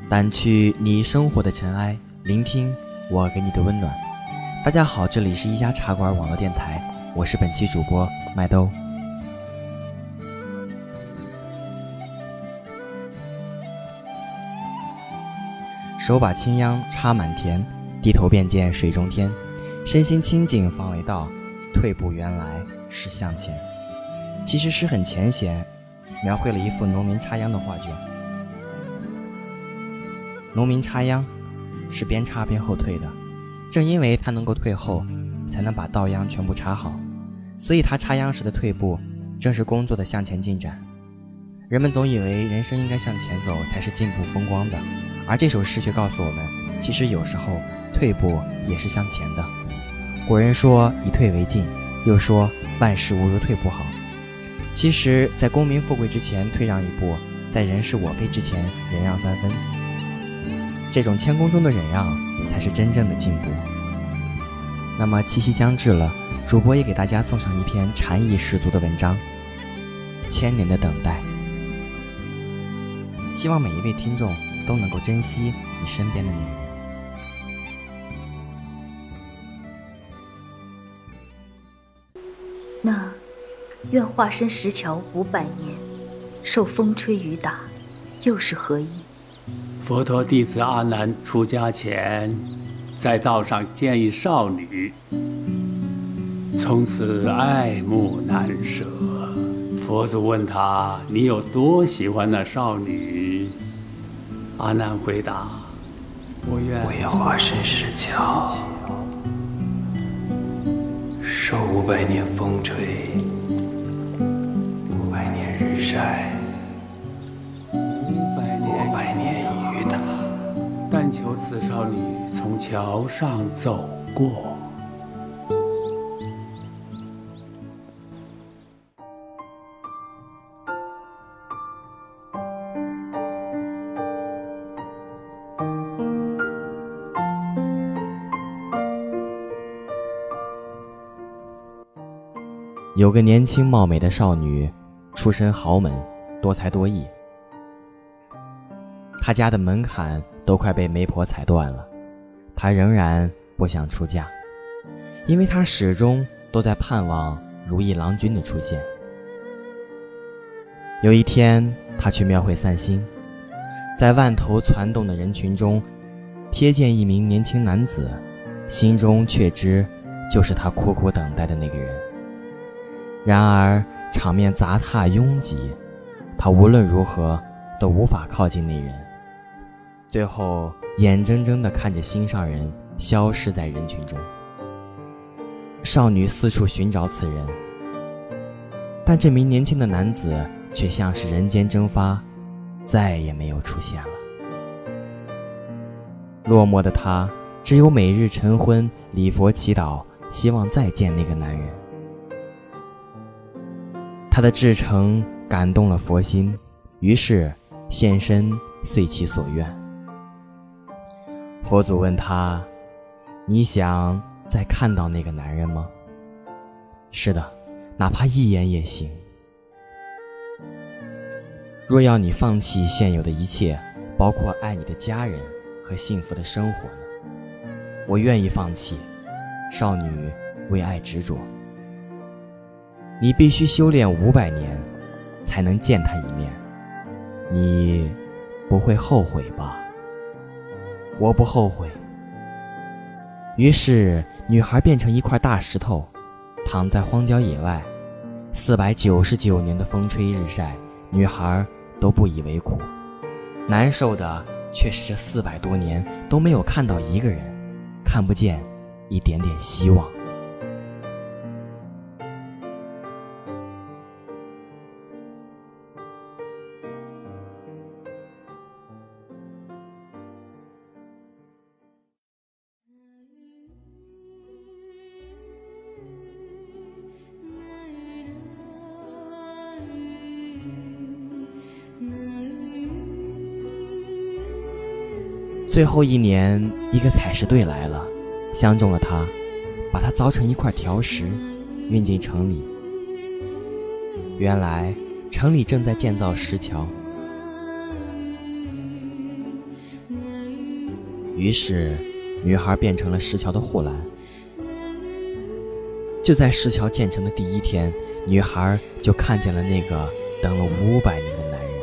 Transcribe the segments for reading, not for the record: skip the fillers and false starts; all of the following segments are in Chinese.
掸去你生活的尘埃，聆听我给你的温暖。大家好，这里是一家茶馆网络电台，我是本期主播麦兜。手把青秧插满田，低头便见水中天。身心清净方为道，退步原来是向前。其实诗很浅显，描绘了一幅农民插秧的画卷。农民插秧是边插边后退的，正因为他能够退后，才能把稻秧全部插好，所以他插秧时的退步正是工作的向前进展。人们总以为人生应该向前走才是进步风光的，而这首诗却告诉我们，其实有时候退步也是向前的。古人说以退为进，又说万事无如退步好。其实在功名富贵之前退让一步，在人事我非之前忍让3分，这种谦恭中的忍让才是真正的进步。那么七夕将至了，主播也给大家送上一篇禅意十足的文章《千年的等待》，希望每一位听众都能够珍惜你身边的你。 那愿化身石桥500年，受风吹雨打，又是何意？ 佛陀弟子阿难出家前，在道上见一少女，从此爱慕难舍。佛祖问他：“你有多喜欢那少女？”阿难回答：“我愿化身石桥，受500年风吹，500年日晒，500年雨打， 但求此少女从桥上走过。” 有个年轻貌美的少女，出身豪门，多才多艺。她家的门槛都快被媒婆踩断了，她仍然不想出嫁，因为她始终都在盼望如意郎君的出现。有一天，她去庙会散心，在万头攒动的人群中，瞥见一名年轻男子，心中却知就是她苦苦等待的那个人。然而场面杂沓拥挤，他无论如何都无法靠近那人，最后眼睁睁地看着心上人消失在人群中。少女四处寻找此人，但这名年轻的男子却像是人间蒸发，再也没有出现了。落寞的她只有每日晨昏礼佛祈祷，希望再见那个男人。他的至诚感动了佛心，于是现身遂其所愿。佛祖问他：“你想再看到那个男人吗？”“是的，哪怕一眼也行。”“若要你放弃现有的一切，包括爱你的家人和幸福的生活呢？”“我愿意放弃。”少女为爱执着。“你必须修炼500年，才能见他一面。你不会后悔吧？”“我不后悔。”于是女孩变成一块大石头，躺在荒郊野外，499年的风吹日晒，女孩都不以为苦，难受的却是这400多年都没有看到一个人，看不见一点点希望。最后一年，一个采石队来了，相中了他，把他凿成一块条石，运进城里。原来城里正在建造石桥， 于是女孩变成了石桥的护栏。就在石桥建成的第一天，女孩就看见了那个等了500年的男人。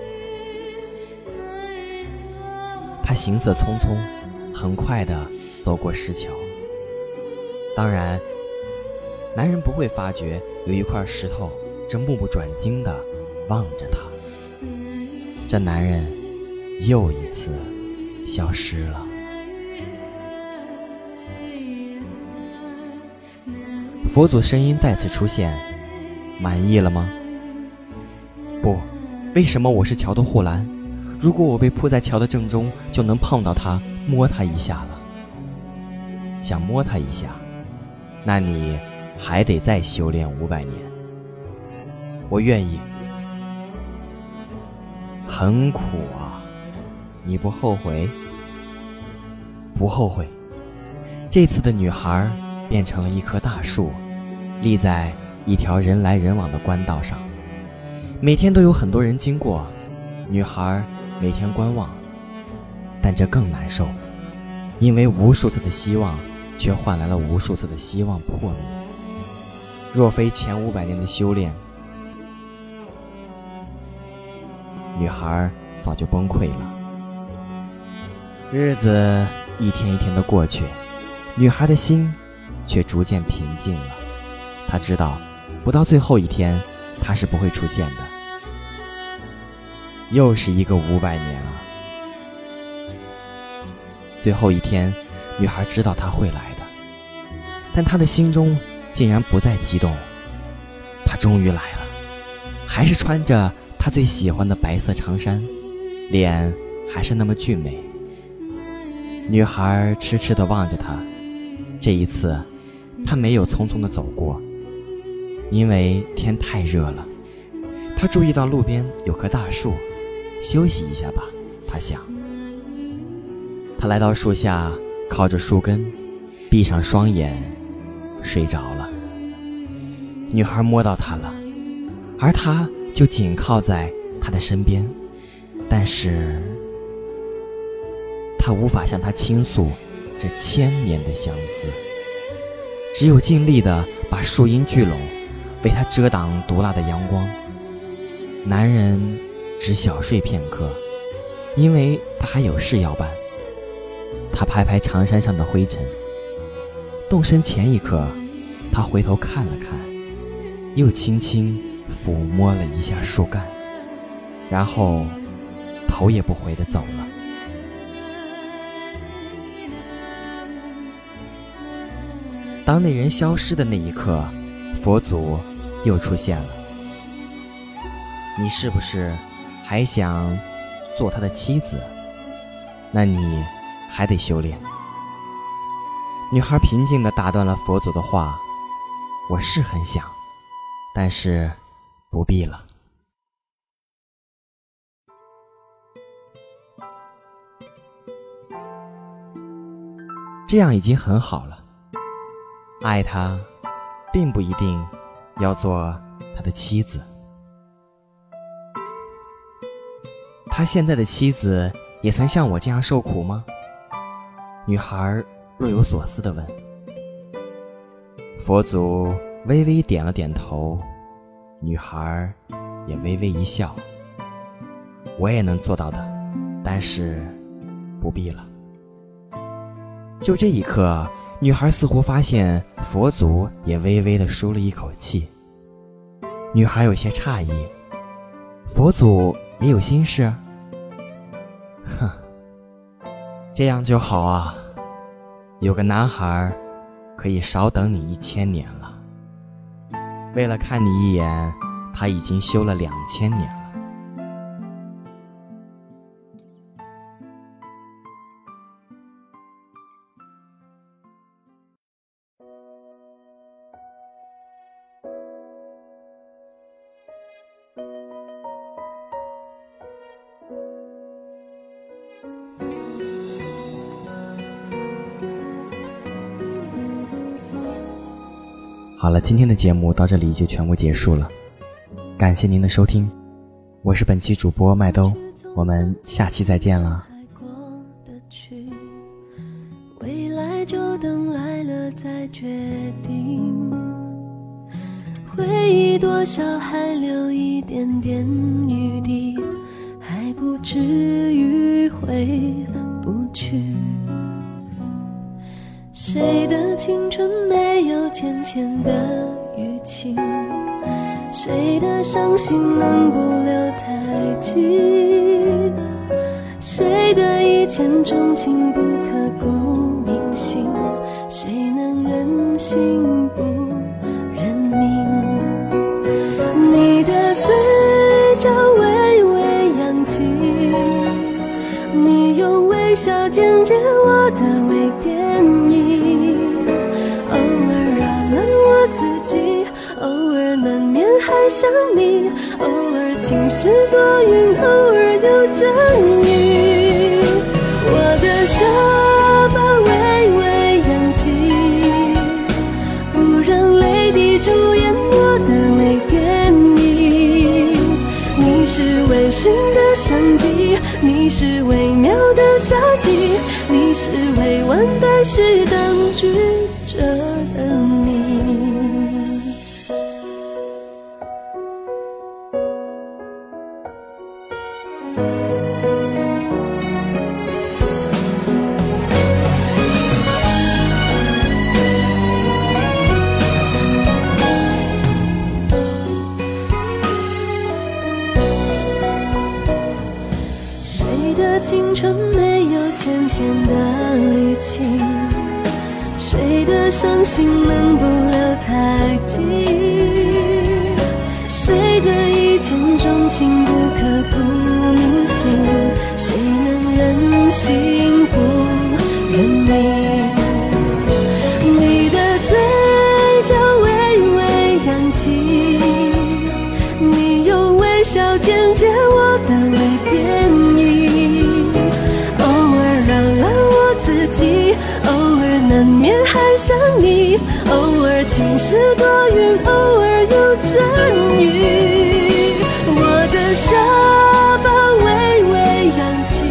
他行色匆匆，很快地走过石桥。当然，男人不会发觉有一块石头正目不转睛地望着他。这男人又一次消失了。佛祖声音再次出现，满意了吗？不，为什么我是桥的护栏？如果我被铺在桥的正中，就能碰到它，摸它一下了。想摸它一下，那你还得再修炼500年。我愿意。很苦啊，你不后悔？不后悔。这次的女孩变成了一棵大树，立在一条人来人往的官道上，每天都有很多人经过，女孩每天观望，但这更难受，因为无数次的希望却换来了无数次的希望破灭。若非前500年的修炼，女孩早就崩溃了。日子一天一天的过去，女孩的心却逐渐平静了。她知道不到最后一天她是不会出现的。又是一个500年啊。最后一天，女孩知道他会来的，但她的心中竟然不再激动。他终于来了，还是穿着她最喜欢的白色长衫，脸还是那么俊美。女孩痴痴地望着他，这一次她没有匆匆地走过，因为天太热了。她注意到路边有棵大树，休息一下吧，她想。她来到树下，靠着树根，闭上双眼，睡着了。女孩摸到他了，而他就紧靠在他的身边，但是他无法向他倾诉这1000年的相思，只有尽力地把树荫聚拢，为他遮挡毒辣的阳光。男人只小睡片刻，因为他还有事要办。他拍拍长衫上的灰尘，动身前一刻，他回头看了看，又轻轻抚摸了一下树干，然后头也不回地走了。当那人消失的那一刻，佛祖又出现了。你是不是还想做他的妻子？那你还得修炼。女孩平静地打断了佛祖的话，我是很想，但是不必了。这样已经很好了。爱他并不一定要做他的妻子。他现在的妻子也曾像我这样受苦吗？女孩若有所思地问。佛祖微微点了点头，女孩也微微一笑。我也能做到的，但是不必了。就这一刻，女孩似乎发现佛祖也微微地舒了一口气。女孩有些诧异，佛祖也有心事？哼，这样就好啊，有个男孩可以少等你1000年了。为了看你一眼，他已经修了2000年了。好了，今天的节目到这里就全部结束了，感谢您的收听，我是本期主播麦兜，我们下期再见了。 未来就等来了再决定，回忆多少还留一点点余地，还不至于回不去。谁的青春没有浅浅的淤青，谁的伤心能不留太迹，谁的一见钟情不刻骨铭心，谁能任性不认命。你的嘴角微微扬起，你用微笑剪接我的微电影，偶尔扰乱我自己，偶尔难免还想你，偶尔晴时多云，偶尔有阵雨。我的下巴微微扬起，不让泪滴主演我的微电影。你是微醺的相机，你是微妙的夏季，你是未完待续当局者的你。谁的青春没有浅浅的淤青，谁的伤心能不留太迹，谁的一见钟情不刻骨铭心，谁能任性不认命。你的嘴角微微扬起，你用微笑剪接我的微电影，偶尔扰乱我自己，偶尔难免还想你，偶尔晴时多云，偶尔有阵雨。我的下巴微微扬起，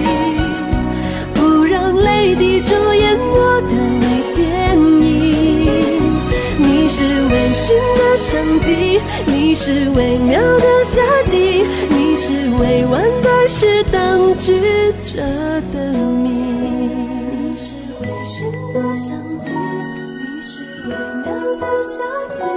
不让泪滴主演我的微电影。你是微醺的相机，你是微妙的夏季，你是未完待续当局者的命。你是微醺的相机，你是微妙的夏季。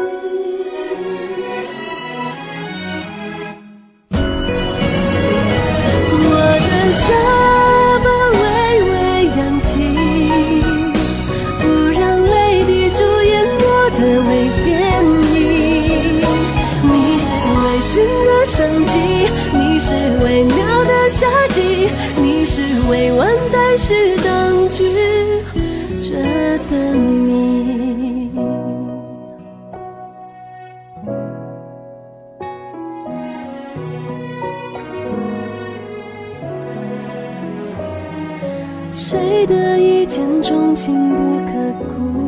我的下巴微微扬起，不让泪滴主演我的微电影。你是微醺的相机，你是微妙的夏季，你是未完待续当局者的你。谁的一见钟情不刻骨